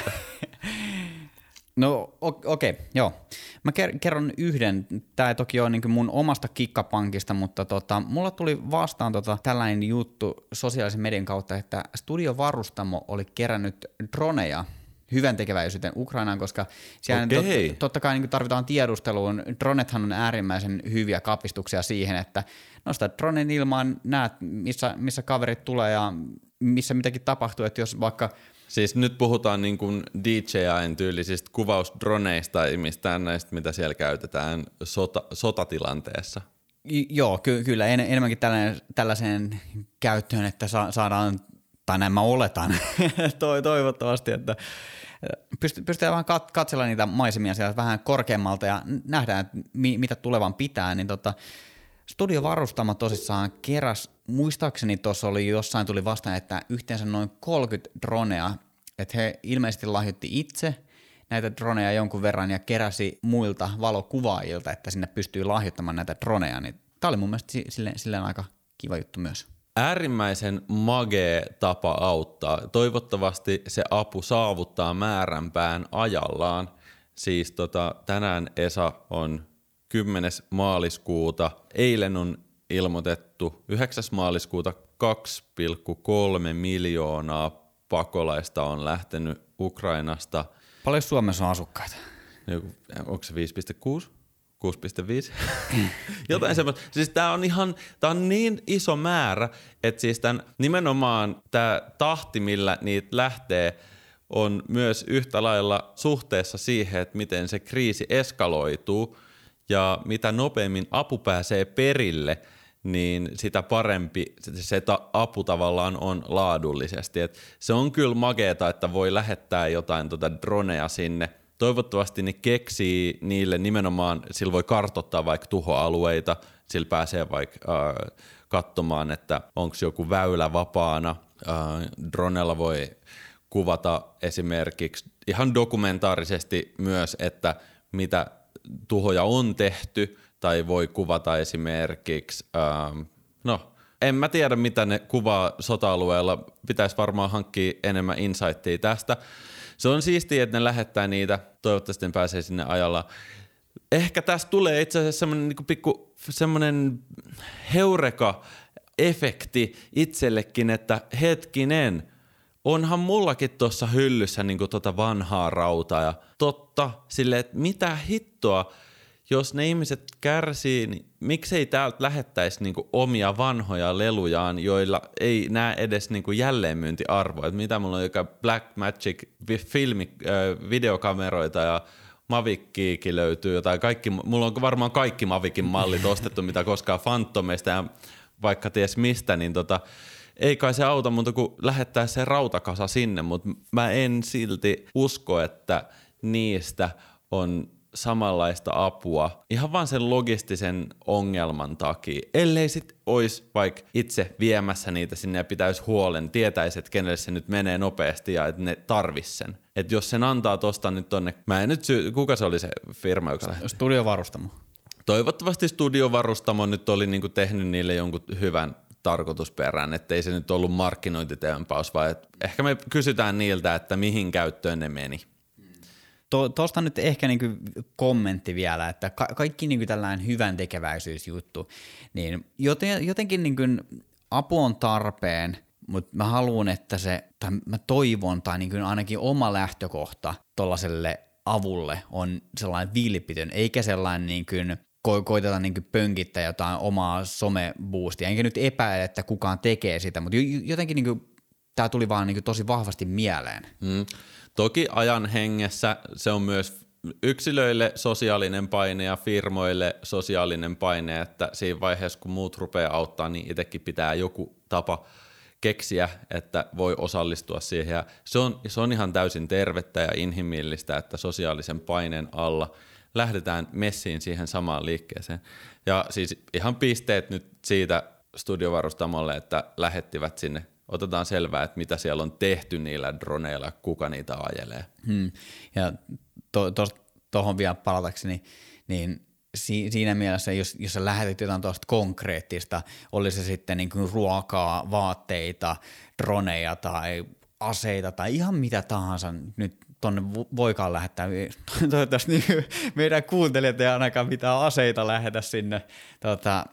No okei, okay, joo. Mä kerron yhden. Tää ei toki ole niin mun omasta kikkapankista, mutta tota, mulla tuli vastaan tota tällainen juttu sosiaalisen median kautta, että Studio Varustamo oli kerännyt droneja hyvän tekeväisyyteen Ukrainaan, koska siellä okay. tot, totta kai niin tarvitaan tiedusteluun. Dronethan on äärimmäisen hyviä kapistuksia siihen, että nostaa dronen ilmaan, näet missä, missä kaverit tulee ja missä mitäkin tapahtuu, että jos vaikka siis nyt puhutaan niin kuin D J I:n tyylisistä kuvausdroneista tai mistään näistä, mitä siellä käytetään sota, sotatilanteessa. J- joo, ky- kyllä en, enemmänkin tällaiseen käyttöön, että sa- saadaan, tai näin mä oletan, toivottavasti, että pyst- pystytään vähän kat- katsella niitä maisemia siellä vähän korkeammalta ja nähdään, että mi- mitä tulevan pitää, niin tota, Studio Varustamo tosissaan keräs, muistaakseni tuossa oli jossain tuli vastaan, että yhteensä noin kolmekymmentä dronea, että he ilmeisesti lahjoitti itse näitä droneja jonkun verran ja keräsi muilta valokuvaajilta, että sinne pystyy lahjoittamaan näitä droneja, niin tämä oli mun mielestä silleen, silleen aika kiva juttu myös. Äärimmäisen magee tapa auttaa. Toivottavasti se apu saavuttaa määränpään ajallaan. Siis tota, tänään Esa on kymmenes maaliskuuta. Eilen on ilmoitettu yhdeksäs maaliskuuta kaksi pilkku kolme miljoonaa pakolaista on lähtenyt Ukrainasta. Paljon Suomessa on asukkaita? Onko se viisi pilkku kuusi? kuusi pilkku viisi? Jotain semmoista. Siis tää on ihan, tää on niin iso määrä, että siis tämän, nimenomaan tämä tahti, millä niitä lähtee, on myös yhtä lailla suhteessa siihen, että miten se kriisi eskaloituu ja mitä nopeammin apu pääsee perille, niin sitä parempi se ta- apu tavallaan on laadullisesti. Et se on kyllä makeeta, että voi lähettää jotain tota droneja sinne. toivottavasti ne keksii niille nimenomaan, sillä voi kartoittaa vaikka tuhoalueita, sillä pääsee vaikka äh, katsomaan, että onko joku väylä vapaana. Äh, dronella voi kuvata esimerkiksi ihan dokumentaarisesti myös, että mitä tuhoja on tehty, tai voi kuvata esimerkiksi, ähm, no en mä tiedä mitä ne kuvaa sota-alueella, pitäisi varmaan hankkia enemmän insightia tästä. Se on siistiä, että ne lähettää niitä, toivottavasti ne pääsee sinne ajalla. Ehkä tästä tulee itse asiassa semmoinen niin pikku semmoinen heureka-efekti itsellekin, että hetkinen, onhan mullakin tuossa hyllyssä niin tota vanhaa rautaa ja totta, silleen, että mitä hittoa, jos ne ihmiset kärsii, niin miksei täältä lähettäisi niinku omia vanhoja lelujaan, joilla ei näe edes niinku jälleenmyyntiarvoa. Et mitä mulla on joka Blackmagic filmi, äh, videokameroita ja Mavickiikin löytyy jotain. Kaikki, mulla on varmaan kaikki Mavicin mallit ostettu, mitä koskaan Phantomista ja vaikka ties mistä, niin tota, ei kai se auta muuta kuin lähettää se rautakasa sinne, mutta mä en silti usko, että niistä on samanlaista apua ihan vaan sen logistisen ongelman takia. Ellei sit ois vaikka itse viemässä niitä sinne ja pitäisi huolen, tietäisi, että kenelle se nyt menee nopeasti ja että ne tarvis sen. Että jos sen antaa tosta nyt tonne, mä en nyt sy- kuka se oli se firma, joka lähetti? Studiovarustamo. Toivottavasti Studiovarustamo nyt oli niinku tehnyt niille jonkun hyvän tarkoitusperään, ettei se nyt ollut markkinointitempaus, vaan et ehkä me kysytään niiltä, että mihin käyttöön ne meni. Tuosta nyt ehkä niinku kommentti vielä, että ka- kaikki niinku tällainen hyvän tekeväisyysjuttu, niin joten, jotenkin niinku apu on tarpeen, mutta mä haluan, että se, tai mä toivon, tai niinku ainakin oma lähtökohta tuollaiselle avulle on sellainen vilpitön, eikä sellainen niinku ko- koiteta niinku pönkittää jotain omaa someboostia, enkä nyt epäile, että kukaan tekee sitä, mutta jotenkin niinku, tää tuli vaan niinku tosi vahvasti mieleen. Mm. Toki ajan hengessä se on myös yksilöille sosiaalinen paine ja firmoille sosiaalinen paine, että siinä vaiheessa kun muut rupeaa auttaa, niin itsekin pitää joku tapa keksiä, että voi osallistua siihen. Ja se on, se on ihan täysin tervettä ja inhimillistä, että sosiaalisen paineen alla lähdetään messiin siihen samaan liikkeeseen. Ja siis ihan pisteet nyt siitä Studiovarustamolle, että lähettivät sinne. Otetaan selvää, että mitä siellä on tehty niillä droneilla, kuka niitä ajelee. Hmm. Ja tuohon to, vielä palatakseni, niin si, siinä mielessä, jos, jos sä lähetit jotain tuosta konkreettista, oli se sitten niin kuin ruokaa, vaatteita, droneja tai aseita tai ihan mitä tahansa, nyt tonne voikaan lähettää. Toivottavasti niin meidän kuuntelijat ei ainakaan mitään aseita lähetä sinne. Tota,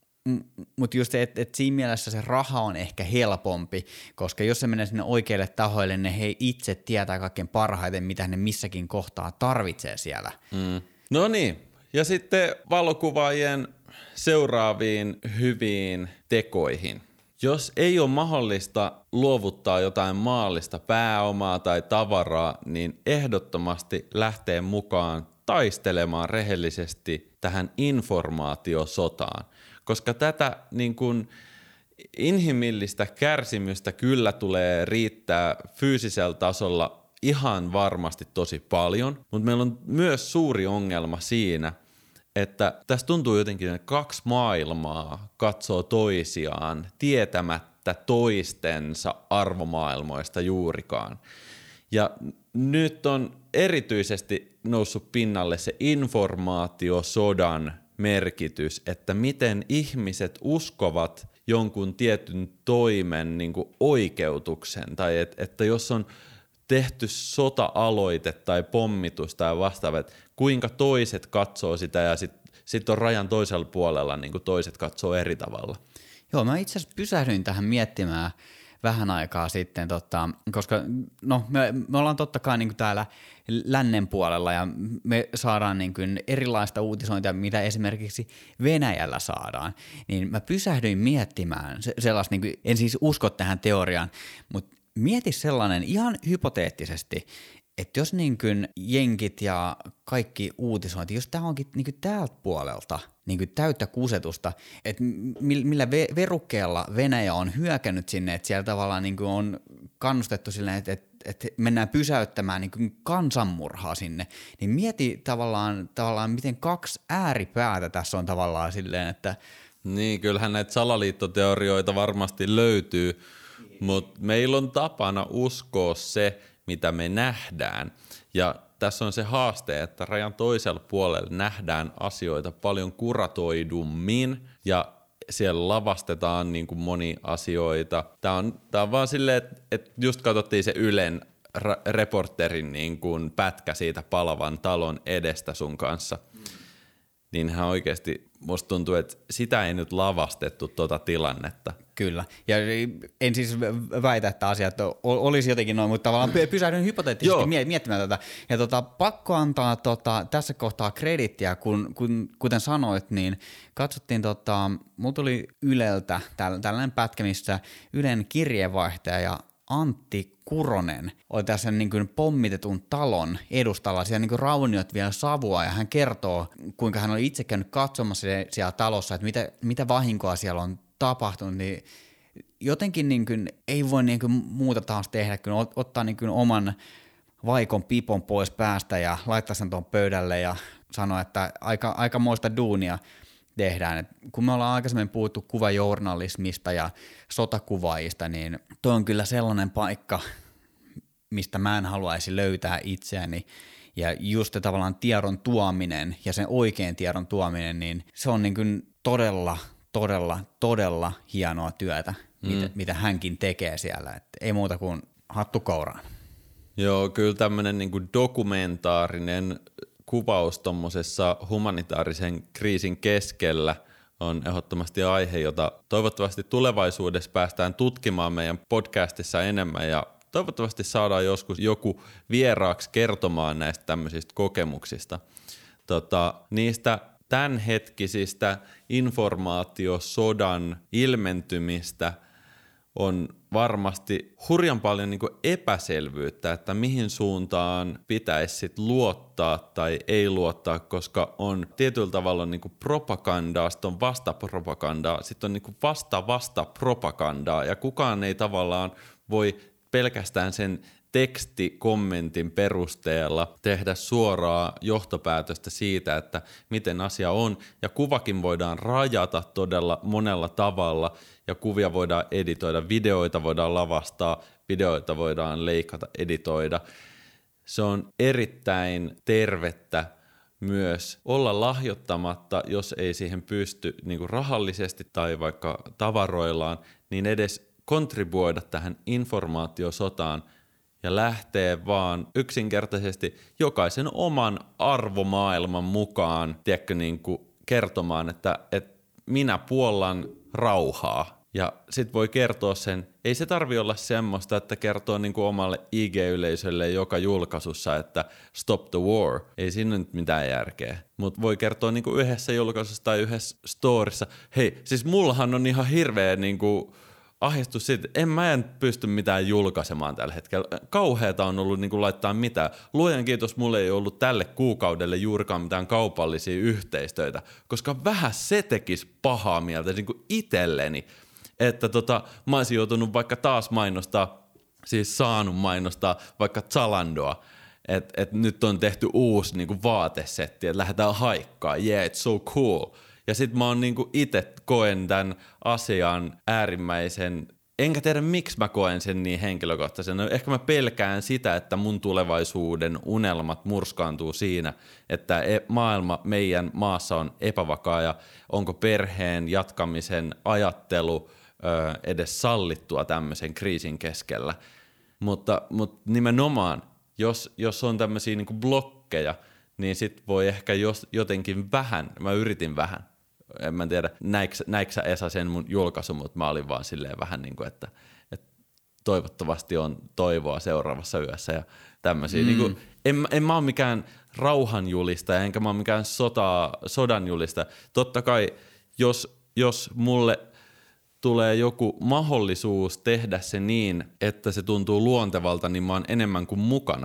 Mutta just, että et siinä mielessä se raha on ehkä helpompi, koska jos se menee sinne oikeille tahoille, ne he itse tietää kaikkein parhaiten, mitä ne missäkin kohtaa tarvitsee siellä. Mm. No niin, ja sitten valokuvaajien seuraaviin hyviin tekoihin. Jos ei ole mahdollista luovuttaa jotain maallista pääomaa tai tavaraa, niin ehdottomasti lähtee mukaan taistelemaan rehellisesti tähän informaatiosotaan. Koska tätä niin kuin inhimillistä kärsimystä kyllä tulee riittää fyysisellä tasolla ihan varmasti tosi paljon, mutta meillä on myös suuri ongelma siinä, että tässä tuntuu jotenkin, että kaksi maailmaa katsoo toisiaan tietämättä toistensa arvomaailmoista juurikaan. Ja nyt on erityisesti noussut pinnalle se informaatiosodan merkitys, että miten ihmiset uskovat jonkun tietyn toimen niin kuin oikeutuksen, tai et, että jos on tehty sota-aloite tai pommitus tai vastaavat, kuinka toiset katsoo sitä ja sitten sit on rajan toisella puolella niin kuin toiset katsoo eri tavalla. Joo, mä itse asiassa pysähdyin tähän miettimään vähän aikaa sitten, tota, koska no, me, me ollaan totta kai niin kuin täällä lännen puolella ja me saadaan niin kuin erilaista uutisointia, mitä esimerkiksi Venäjällä saadaan, niin mä pysähdyin miettimään se, sellaista, niin kuin, en siis usko tähän teoriaan, mutta mieti sellainen ihan hypoteettisesti, että jos niin kuin jenkit ja kaikki uutisointi, jos tämä onkin niin kuin täältä puolelta niin kuin täyttä kusetusta, että millä verukkeella Venäjä on hyökännyt sinne, että siellä tavallaan niin kuin on kannustettu silleen, että, että, että mennään pysäyttämään niin kuin kansanmurhaa sinne, niin mieti tavallaan, tavallaan, miten kaksi ääripäätä tässä on tavallaan silleen, että niin, kyllähän näitä salaliittoteorioita varmasti löytyy, mutta meillä on tapana uskoa se, mitä me nähdään. Ja tässä on se haaste, että rajan toisella puolella nähdään asioita paljon kuratoidummin ja siellä lavastetaan niin kuin monia asioita. Tämä on, tämä on vaan silleen, että, että just katsottiin se Ylen ra- reporterin niin kuin pätkä siitä palavan talon edestä sun kanssa. Mm. Niin ihan oikeasti musta tuntuu, että sitä ei nyt lavastettu tuota tilannetta. Kyllä. Ja en siis väitä, että asiat olisi jotenkin noin, mutta tavallaan pysähdyn hypoteettisesti miettimään tätä. Ja tota, pakko antaa tota, tässä kohtaa kredittiä, kun, kun, kuten sanoit, niin katsottiin, tota, mulla tuli Yleltä tällainen pätkä, missä Ylen kirjeenvaihtaja Antti Kuronen oli tässä niin kuin pommitetun talon edustalla, siellä niin kuin rauniot vielä savua, ja hän kertoo, kuinka hän oli itse käynyt katsomassa siellä talossa, että mitä, mitä vahinkoa siellä on tapahtunut, niin jotenkin niin kuin ei voi niin kuin muuta taas tehdä, kun ottaa niin kuin oman vaikon pipon pois päästä ja laittaa sen tuon pöydälle ja sanoa, että aika, aikamoista duunia tehdään. Et kun me ollaan aikaisemmin puhuttu kuvajournalismista ja sotakuvaajista, niin tuo on kyllä sellainen paikka, mistä mä en haluaisi löytää itseäni. Ja just se tavallaan tiedon tuominen ja sen oikean tiedon tuominen, niin se on niin kuin todella, todella, todella hienoa työtä, mm. mitä, mitä hänkin tekee siellä. Et ei muuta kuin hattu kouraan. Joo, kyllä tämmöinen niin kuin dokumentaarinen kuvaus tuommoisessa humanitaarisen kriisin keskellä on ehdottomasti aihe, jota toivottavasti tulevaisuudessa päästään tutkimaan meidän podcastissa enemmän ja toivottavasti saadaan joskus joku vieraaksi kertomaan näistä tämmöisistä kokemuksista. Tota, niistä tämänhetkisistä informaatiosodan ilmentymistä on varmasti hurjan paljon niin kuin epäselvyyttä, että mihin suuntaan pitäisi sit luottaa tai ei luottaa, koska on tietyllä tavalla niin kuin propagandaa, sitten on vastapropagandaa, sitten on niin kuin vasta-vasta-propagandaa, ja kukaan ei tavallaan voi pelkästään sen tekstikommentin perusteella tehdä suoraa johtopäätöstä siitä, että miten asia on, ja kuvakin voidaan rajata todella monella tavalla, ja kuvia voidaan editoida, videoita voidaan lavastaa, videoita voidaan leikata, editoida. Se on erittäin tervettä myös olla lahjoittamatta, jos ei siihen pysty niin kuin rahallisesti tai vaikka tavaroillaan, niin edes kontribuoida tähän informaatiosotaan ja lähtee vaan yksinkertaisesti jokaisen oman arvomaailman mukaan, tiedätkö, niin kuin kertomaan, että, että minä puollan rauhaa. Ja sit voi kertoa sen, ei se tarvi olla semmoista, että kertoo niin kuin omalle I G-yleisölle joka julkaisussa, että stop the war. Ei siinä nyt mitään järkeä. Mutta voi kertoa niin kuin yhdessä julkaisussa tai yhdessä storissa, hei, siis mullahan on ihan hirveä niin kuin ahdistus siitä, en mä en pysty mitään julkaisemaan tällä hetkellä. Kauheata on ollut niin kuin laittaa mitään. Luojan kiitos, mulle ei ollut tälle kuukaudelle juurikaan mitään kaupallisia yhteistöitä, koska vähän se tekisi pahaa mieltä niin kuin itselleni, että tota, mä olisin joutunut vaikka taas mainostaa, siis saanut mainostaa vaikka Zalandoa, että et nyt on tehty uusi niin kuin vaatesetti, että lähdetään haikkaan, yeah, it's so cool. Ja sit mä oon niinku ite koen tämän asian äärimmäisen, enkä tiedä miksi mä koen sen niin henkilökohtaisen. No, ehkä mä pelkään sitä, että mun tulevaisuuden unelmat murskaantuu siinä, että maailma meidän maassa on epävakaa ja onko perheen jatkamisen ajattelu ö, edes sallittua tämmöisen kriisin keskellä. Mutta, mutta nimenomaan, jos, jos on tämmöisiä niinku blokkeja, niin sit voi ehkä jos, jotenkin vähän, mä yritin vähän, en mä tiedä, näikö sä Esa sen mun julkaisu, mutta mä olin vaan silleen vähän niin kuin, että, että toivottavasti on toivoa seuraavassa yössä ja tämmöisiä. Mm. Niin kuin, en, en mä ole mikään rauhanjulistaja, enkä mä ole mikään sota, sodanjulistaja. Totta kai, jos, jos mulle tulee joku mahdollisuus tehdä se niin, että se tuntuu luontevalta, niin mä oon enemmän kuin mukana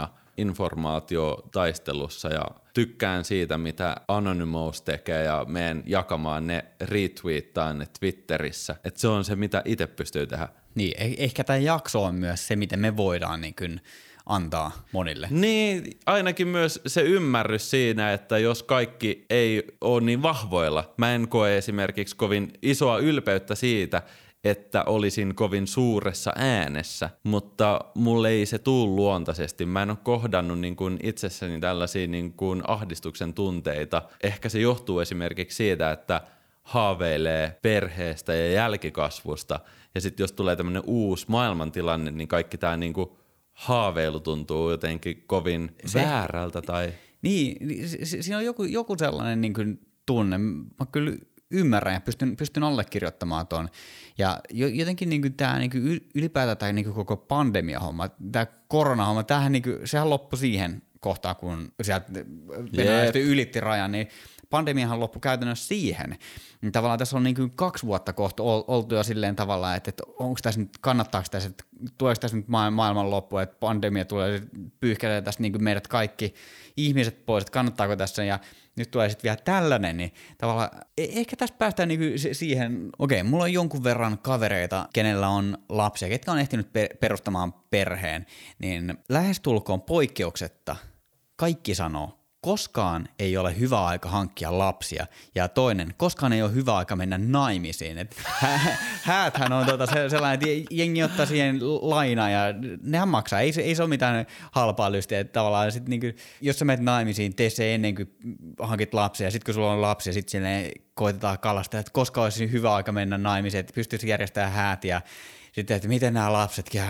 informaatiotaistelussa ja tykkään siitä, mitä Anonymous tekee ja meen jakamaan ne, retweettaan ne Twitterissä. Että se on se, mitä itse pystyy tehdä. Niin, ehkä tämä jakso on myös se, miten me voidaan niin kuin antaa monille. Niin, ainakin myös se ymmärrys siinä, että jos kaikki ei ole niin vahvoilla. Mä en koe esimerkiksi kovin isoa ylpeyttä siitä, että olisin kovin suuressa äänessä, mutta mulle ei se tuu luontaisesti. Mä en ole kohdannut niin kuin itsessäni tällaisia niin kuin ahdistuksen tunteita. Ehkä se johtuu esimerkiksi siitä, että haaveilee perheestä ja jälkikasvusta. Ja sitten jos tulee tämmöinen uusi maailmantilanne, niin kaikki tämä niin kuin haaveilu tuntuu jotenkin kovin se, väärältä. Tai... Niin, siinä on joku, joku sellainen niin kuin tunne. Mä kyllä ymmärrän ja pystyn, pystyn allekirjoittamaan tuon. Ja jotenkin niin kuin tämä niin kuin ylipäätään tämä niin kuin koko pandemia-homma, tämä korona-homma, tämähän niin kuin, sehän loppui siihen kohtaan, kun sieltä venäläiset ylitti rajan, niin pandemiahan loppui käytännössä siihen. Niin tavallaan tässä on niin kuin kaksi vuotta kohta oltu jo silleen tavallaan, että, että onko tässä nyt, kannattaako tässä, että tuleeko tässä nyt maailman loppu, että pandemia tulee pyyhkäilee tästä niin kuin meidät kaikki ihmiset pois, että kannattaako tässä, ja nyt tulee sitten vielä tällainen, niin tavallaan ehkä tässä päästään niin kuin siihen, okei, mulla on jonkun verran kavereita, kenellä on lapsia, ketkä on ehtinyt perustamaan perheen, niin lähestulkoon poikkeuksetta kaikki sanoo, koskaan ei ole hyvä aika hankkia lapsia, ja toinen, koskaan ei ole hyvä aika mennä naimisiin. Et hä- hääthän on tota se, sellainen, että jengi ottaa siihen lainaa, ja nehän maksaa, ei se, ei se ole mitään halpaa lystiä, että tavallaan sit niinku, jos sä menet naimisiin, tee se ennen kuin hankit lapsia, ja sitten kun sulla on lapsia, sitten silleen koitetaan kalastaa, että koska olisi hyvä aika mennä naimisiin, että pystyisi järjestämään häät, ja sitten, että miten nämä lapset käy.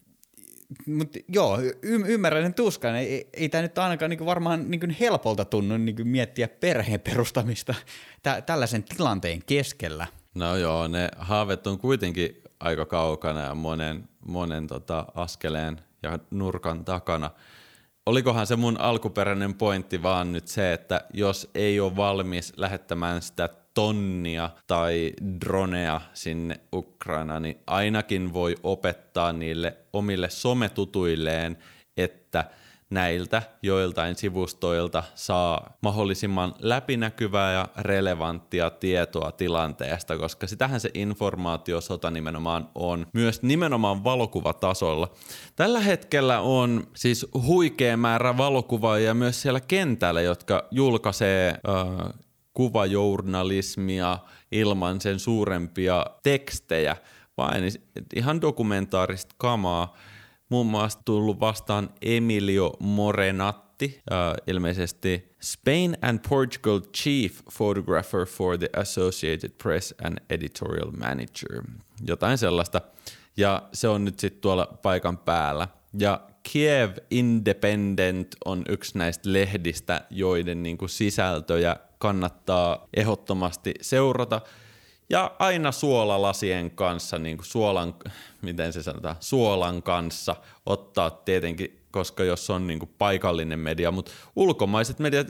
Mutta joo, y- ymmärrän sen tuskan. Ei, ei tämä nyt ainakaan niinku varmaan niinku helpolta tunnu niinku miettiä perheen perustamista tä- tällaisen tilanteen keskellä. No joo, ne haaveet on kuitenkin aika kaukana ja monen, monen tota askeleen ja nurkan takana. Olikohan se mun alkuperäinen pointti vaan nyt se, että jos ei ole valmis lähettämään sitä tonnia tai dronea sinne Ukrainaan, niin ainakin voi opettaa niille omille sometutuilleen, että näiltä joiltain sivustoilta saa mahdollisimman läpinäkyvää ja relevanttia tietoa tilanteesta, koska sitähän se informaatiosota nimenomaan on, myös nimenomaan valokuvatasolla. Tällä hetkellä on siis huikea määrä valokuvaajia myös siellä kentällä, jotka julkaisee äh, kuvajournalismia ilman sen suurempia tekstejä, vain ihan dokumentaarista kamaa. Muun muassa tullut vastaan Emilio Morenatti, äh, ilmeisesti Spain and Portugal Chief Photographer for the Associated Press and Editorial Manager. Jotain sellaista. Ja se on nyt sitten tuolla paikan päällä. Ja Kiev Independent on yksi näistä lehdistä, joiden niinku sisältöjä kannattaa ehdottomasti seurata. Ja aina suolalasien kanssa, niin kuin suolan, miten se sanotaan, suolan kanssa ottaa tietenkin, koska jos on niin kuin paikallinen media, mutta ulkomaiset mediat,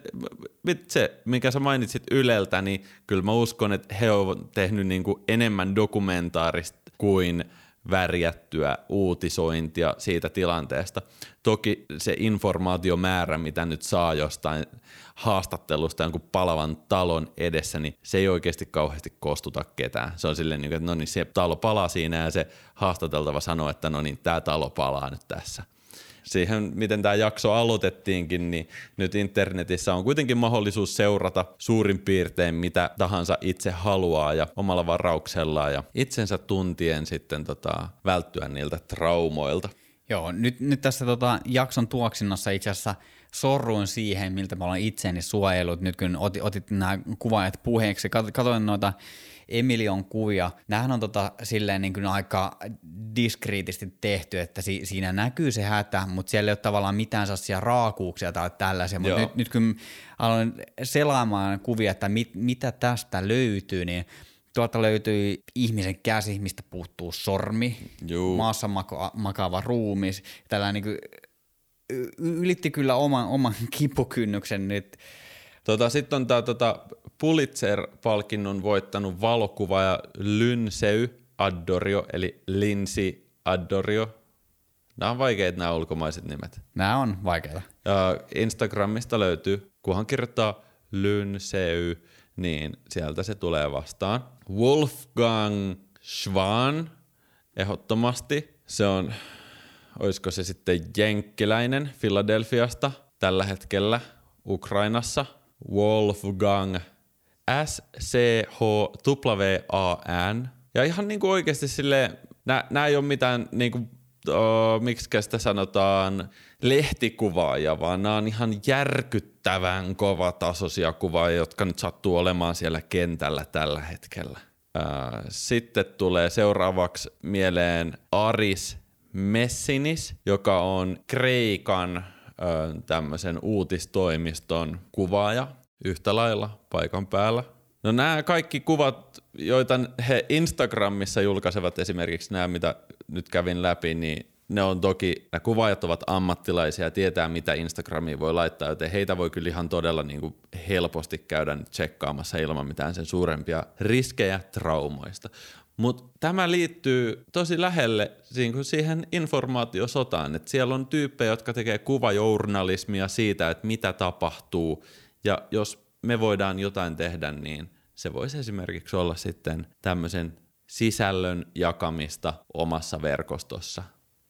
se mikä sä mainitsit Yleltä, niin kyllä mä uskon, että he ovat tehnyt niin kuin enemmän dokumentaarista kuin värjättyä uutisointia siitä tilanteesta. Toki se informaatiomäärä, mitä nyt saa jostain haastattelusta jonkun palavan talon edessä, niin se ei oikeasti kauheasti kostuta ketään. Se on silleen, että no niin, se talo palaa siinä ja se haastateltava sanoo, että no niin, tämä talo palaa nyt tässä. Siihen, miten tämä jakso aloitettiinkin, niin nyt internetissä on kuitenkin mahdollisuus seurata suurin piirtein mitä tahansa itse haluaa ja omalla varauksellaan ja itsensä tuntien sitten tota, välttyä niiltä traumoilta. Joo, nyt, nyt tässä tota jakson tuoksinnassa itse asiassa sorruin siihen, miltä mä olen itseäni suojellut, nyt kun otit, otit nämä kuvaajat puheeksi. Katoin noita Emilion kuvia. Nämähän on tota, silleen niin kuin aika diskriitisti tehty, että si- siinä näkyy se hätä, mutta siellä ei ole tavallaan mitään sellaisia raakuuksia tai tällaisia. Mutta nyt, nyt kun aloin selaamaan kuvia, että mit, mitä tästä löytyy, niin tuolta löytyi ihmisen käsi, mistä puuttuu sormi, Juu. maassa maka- makaava ruumis. Tällainen niin kuin ylitti kyllä oman, oman kipukynnyksen nyt. Tota, sitten on tämä tota Pulitzer-palkinnon voittanut valokuvaaja Lynsey Addorio, eli Lindsay Addorio. Nämä on vaikeita nämä ulkomaiset nimet. Nämä on vaikeita. Ja Instagramista löytyy, kunhan kirjoittaa Lynsey, niin sieltä se tulee vastaan. Wolfgang Schwan, ehdottomasti. Se on, olisiko se sitten jenkkiläinen Philadelphiasta tällä hetkellä Ukrainassa. Wolfgang S C H W A N. Ja ihan niinku oikeasti silleen, nää ei ole mitään niinku, oh, miksikä sitä sanotaan, lehtikuvaajia, vaan nämä on ihan järkyttävän kovatasoisia kuvaajia, jotka nyt sattuu olemaan siellä kentällä tällä hetkellä. Sitten tulee seuraavaksi mieleen Aris Messinis, joka on Kreikan tämmöisen uutistoimiston kuvaaja yhtä lailla paikan päällä. No nämä kaikki kuvat, joita he Instagramissa julkaisevat, esimerkiksi nämä, mitä nyt kävin läpi, niin ne on toki, nämä kuvaajat ovat ammattilaisia ja tietää, mitä Instagramiin voi laittaa, joten heitä voi kyllä ihan todella niin kuin helposti käydä nyt tsekkaamassa ilman mitään sen suurempia riskejä traumoista. Mutta tämä liittyy tosi lähelle siihen informaatiosotaan, että siellä on tyyppejä, jotka tekee kuvajournalismia siitä, että mitä tapahtuu, ja jos me voidaan jotain tehdä, niin se voisi esimerkiksi olla sitten tämmöisen sisällön jakamista omassa verkostossa.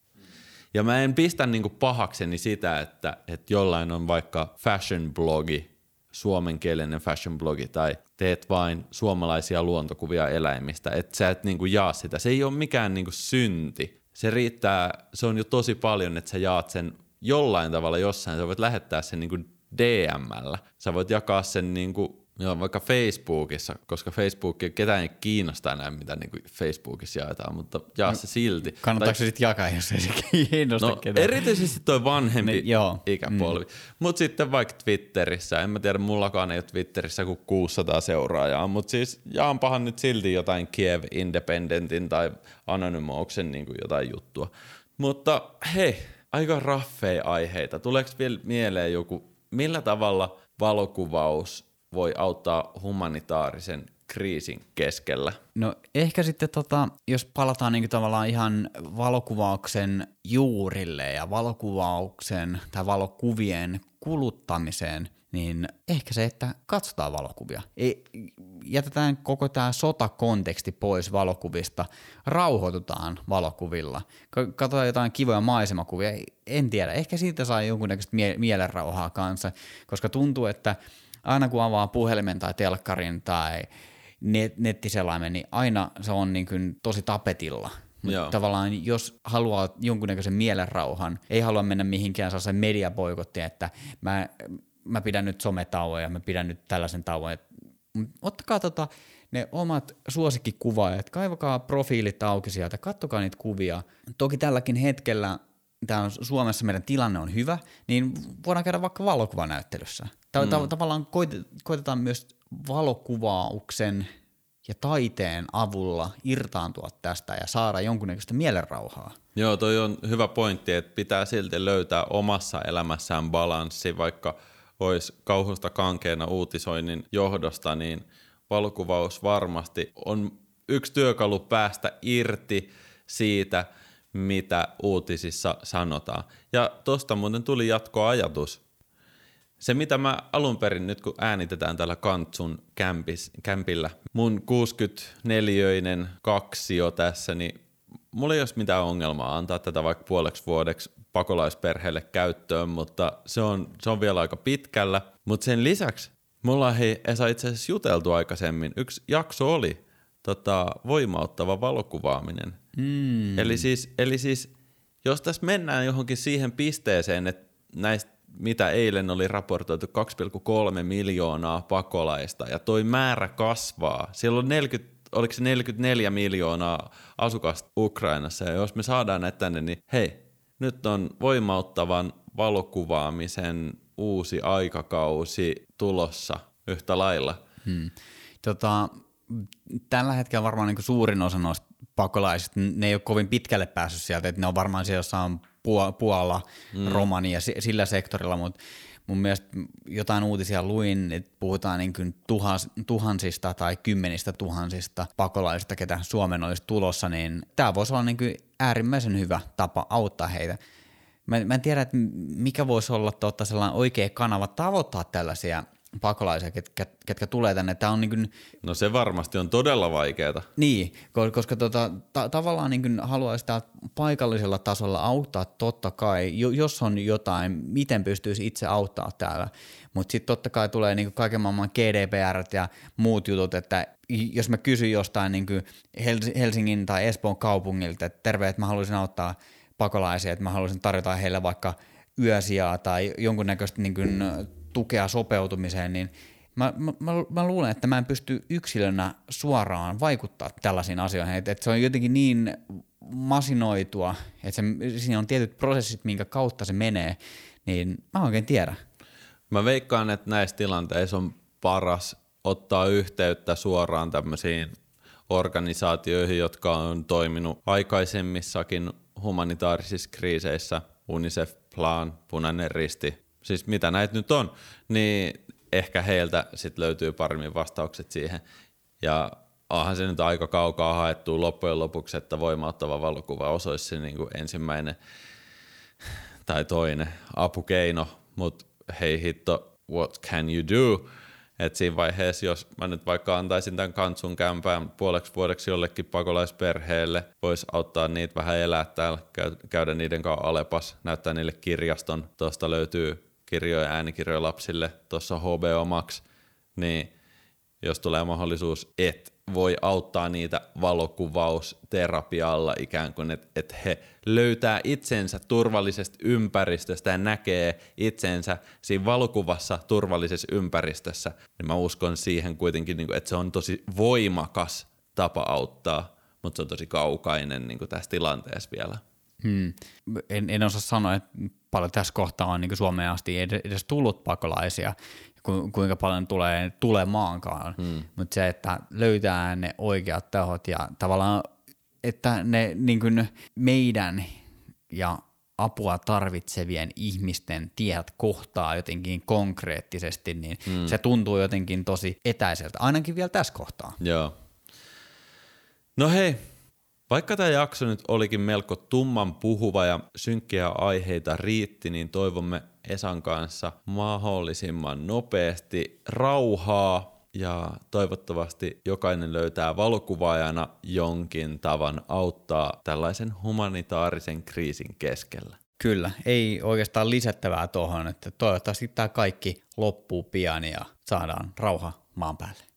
Ja mä en pistä niinku pahakseni sitä, että, että jollain on vaikka fashion blogi, suomenkielinen fashion blogi, tai teet vain suomalaisia luontokuvia eläimistä, että sä et niinku jaa sitä. Se ei ole mikään niinku synti. Se riittää, se on jo tosi paljon, että sä jaat sen jollain tavalla jossain. Sä voit lähettää sen niinku D M:llä. Sä voit jakaa sen niinku, joo, vaikka Facebookissa, koska Facebook ketään ei kiinnostaa näin, mitä niinku Facebookissa jaetaan, mutta jaa no, se silti. Kannattaako se sitten jakaa, jos ei se kiinnosta no, ketään? Erityisesti toi vanhempi ne, joo. ikäpolvi. Mm. Mutta sitten vaikka Twitterissä, en mä tiedä, mullakaan ei ole Twitterissä kuin kuusisataa seuraajaa, mutta siis jaanpahan nyt silti jotain Kiev Independentin tai Anonymouksen niinku jotain juttua. Mutta hei, aika raffeja aiheita. Tuleeko vielä mieleen joku, millä tavalla valokuvaus voi auttaa humanitaarisen kriisin keskellä? No ehkä sitten tota, jos palataan niinku tavallaan ihan valokuvauksen juurille ja valokuvauksen tai valokuvien kuluttamiseen, niin ehkä se, että katsotaan valokuvia. Ei, jätetään koko tämä sotakonteksti pois valokuvista, rauhoitutaan valokuvilla, katsotaan jotain kivoja maisemakuvia, en tiedä, ehkä siitä saa jonkunnäköistä mie- mielenrauhaa kanssa, koska tuntuu, että aina kun avaa puhelimen tai telkkarin tai net- nettiselaimen, niin aina se on niin kuin tosi tapetilla. Tavallaan jos haluaa jonkunnäköisen mielenrauhan, ei halua mennä mihinkään sellaisen mediaboikottiin, että mä, mä pidän nyt sometauon ja mä pidän nyt tällaisen tauon. Ottakaa tota, ne omat suosikkikuvaajat, kaivakaa profiilit auki sieltä, kattokaa niitä kuvia. Toki tälläkin hetkellä, tää on Suomessa meidän tilanne on hyvä, niin voidaan käydä vaikka valokuvanäyttelyssä. Ta- mm. Tavallaan koit- koitetaan myös valokuvauksen ja taiteen avulla irtaantua tästä ja saada jonkunnäköistä mielenrauhaa. Joo, toi on hyvä pointti, että pitää silti löytää omassa elämässään balanssi, vaikka olisi kauhusta kankeena uutisoinnin johdosta, niin valokuvaus varmasti on yksi työkalu päästä irti siitä, mitä uutisissa sanotaan. Ja tosta muuten tuli jatkoajatus. Se, mitä mä alun perin nyt, kun äänitetään täällä Kantsun kämpis, kämpillä, mun kuusikymmentäneljäinen kaksio tässä, niin mulla ei olisi mitään ongelmaa antaa tätä vaikka puoleksi vuodeksi pakolaisperheelle käyttöön, mutta se on, se on vielä aika pitkällä. Mutta sen lisäksi mulla on hei Esa itse asiassa juteltu aikaisemmin. Yksi jakso oli tota, voimauttava valokuvaaminen. Mm. Eli, siis, eli siis, jos tässä mennään johonkin siihen pisteeseen, että näistä mitä eilen oli raportoitu kaksi pilkku kolme miljoonaa pakolaista ja toi määrä kasvaa. Siellä on neljäkymmentä, oliko se neljäkymmentäneljä miljoonaa asukasta Ukrainassa ja jos me saadaan näitä tänne, niin hei, nyt on voimauttavan valokuvaamisen uusi aikakausi tulossa yhtä lailla. Hmm. Tota, tällä hetkellä varmaan niin kuin suurin osa noista pakolaisista, ne ei ole kovin pitkälle päässyt sieltä, että ne on varmaan siellä jossain Puola, mm. Romania sillä sektorilla, mutta mun mielestä jotain uutisia luin, että puhutaan niin kuin tuhans, tuhansista tai kymmenistä tuhansista pakolaisista, ketä Suomeen olisi tulossa, niin tämä voisi olla niin kuin äärimmäisen hyvä tapa auttaa heitä. Mä, mä en tiedä, että mikä voisi olla totta sellainen oikea kanava tavoittaa tällaisia pakolaisia, ketkä, ketkä tulee tänne. Tämä on niin kuin, no se varmasti on todella vaikeaa. Niin, koska tota, ta- tavallaan niin kuin haluaisi täällä paikallisella tasolla auttaa totta kai, jos on jotain, miten pystyisi itse auttaa täällä. Mutta sitten totta kai tulee niin kuin kaiken maailman G D P R ja muut jutut, että jos mä kysyn jostain niin kuin Helsingin tai Espoon kaupungilta, että terve, että mä haluaisin auttaa pakolaisia, että mä haluaisin tarjota heille vaikka yösijaa tai jonkunnäköistä niin kuin tukea sopeutumiseen, niin mä, mä, mä luulen, että mä en pysty yksilönä suoraan vaikuttaa tällaisiin asioihin, että, että se on jotenkin niin masinoitua, että se, siinä on tietyt prosessit, minkä kautta se menee, niin mä oikein tiedä. Mä veikkaan, että näissä tilanteissa on paras ottaa yhteyttä suoraan tämmöisiin organisaatioihin, jotka on toiminut aikaisemmissakin humanitaarisissa kriiseissä, UNICEF, Plan, Punainen Risti, siis mitä näitä nyt on, niin ehkä heiltä sit löytyy paremmin vastaukset siihen. Ja onhan se nyt aika kaukaa haettu loppujen lopuksi, että voimauttava valokuva osoisi se niin kuin ensimmäinen tai toinen apukeino, mutta hei hitto, what can you do? Et siinä vaiheessa, jos mä nyt vaikka antaisin tämän kantsun kämpään puoleksi vuodeksi jollekin pakolaisperheelle, voisi auttaa niitä vähän elää täällä, käydä niiden kanssa Alepas, näyttää niille kirjaston, tuosta löytyy kirjoja, äänikirjoja lapsille, tuossa H B O Max, niin jos tulee mahdollisuus, että voi auttaa niitä valokuvausterapialla ikään kuin, että et he löytää itsensä turvallisesta ympäristöstä ja näkee itsensä siinä valokuvassa turvallisessa ympäristössä, niin mä uskon siihen kuitenkin, että se on tosi voimakas tapa auttaa, mutta se on tosi kaukainen niin kuin tässä tilanteessa vielä. Hmm. En, en osaa sanoa, että paljon tässä kohtaa on niin Suomeen asti edes tullut pakolaisia, ku, kuinka paljon tulee tulemaankaan, hmm. mutta se, että löytää ne oikeat tahot ja tavallaan, että ne niin kuin meidän ja apua tarvitsevien ihmisten tiet kohtaa jotenkin konkreettisesti, niin hmm. se tuntuu jotenkin tosi etäiseltä, ainakin vielä tässä kohtaa. Joo. No hei. Vaikka tämä jakso nyt olikin melko tumman puhuva ja synkkiä aiheita riitti, niin toivomme Esan kanssa mahdollisimman nopeasti rauhaa ja toivottavasti jokainen löytää valokuvaajana jonkin tavan auttaa tällaisen humanitaarisen kriisin keskellä. Kyllä, ei oikeastaan lisättävää tuohon, että toivottavasti tämä kaikki loppuu pian ja saadaan rauha maan päälle.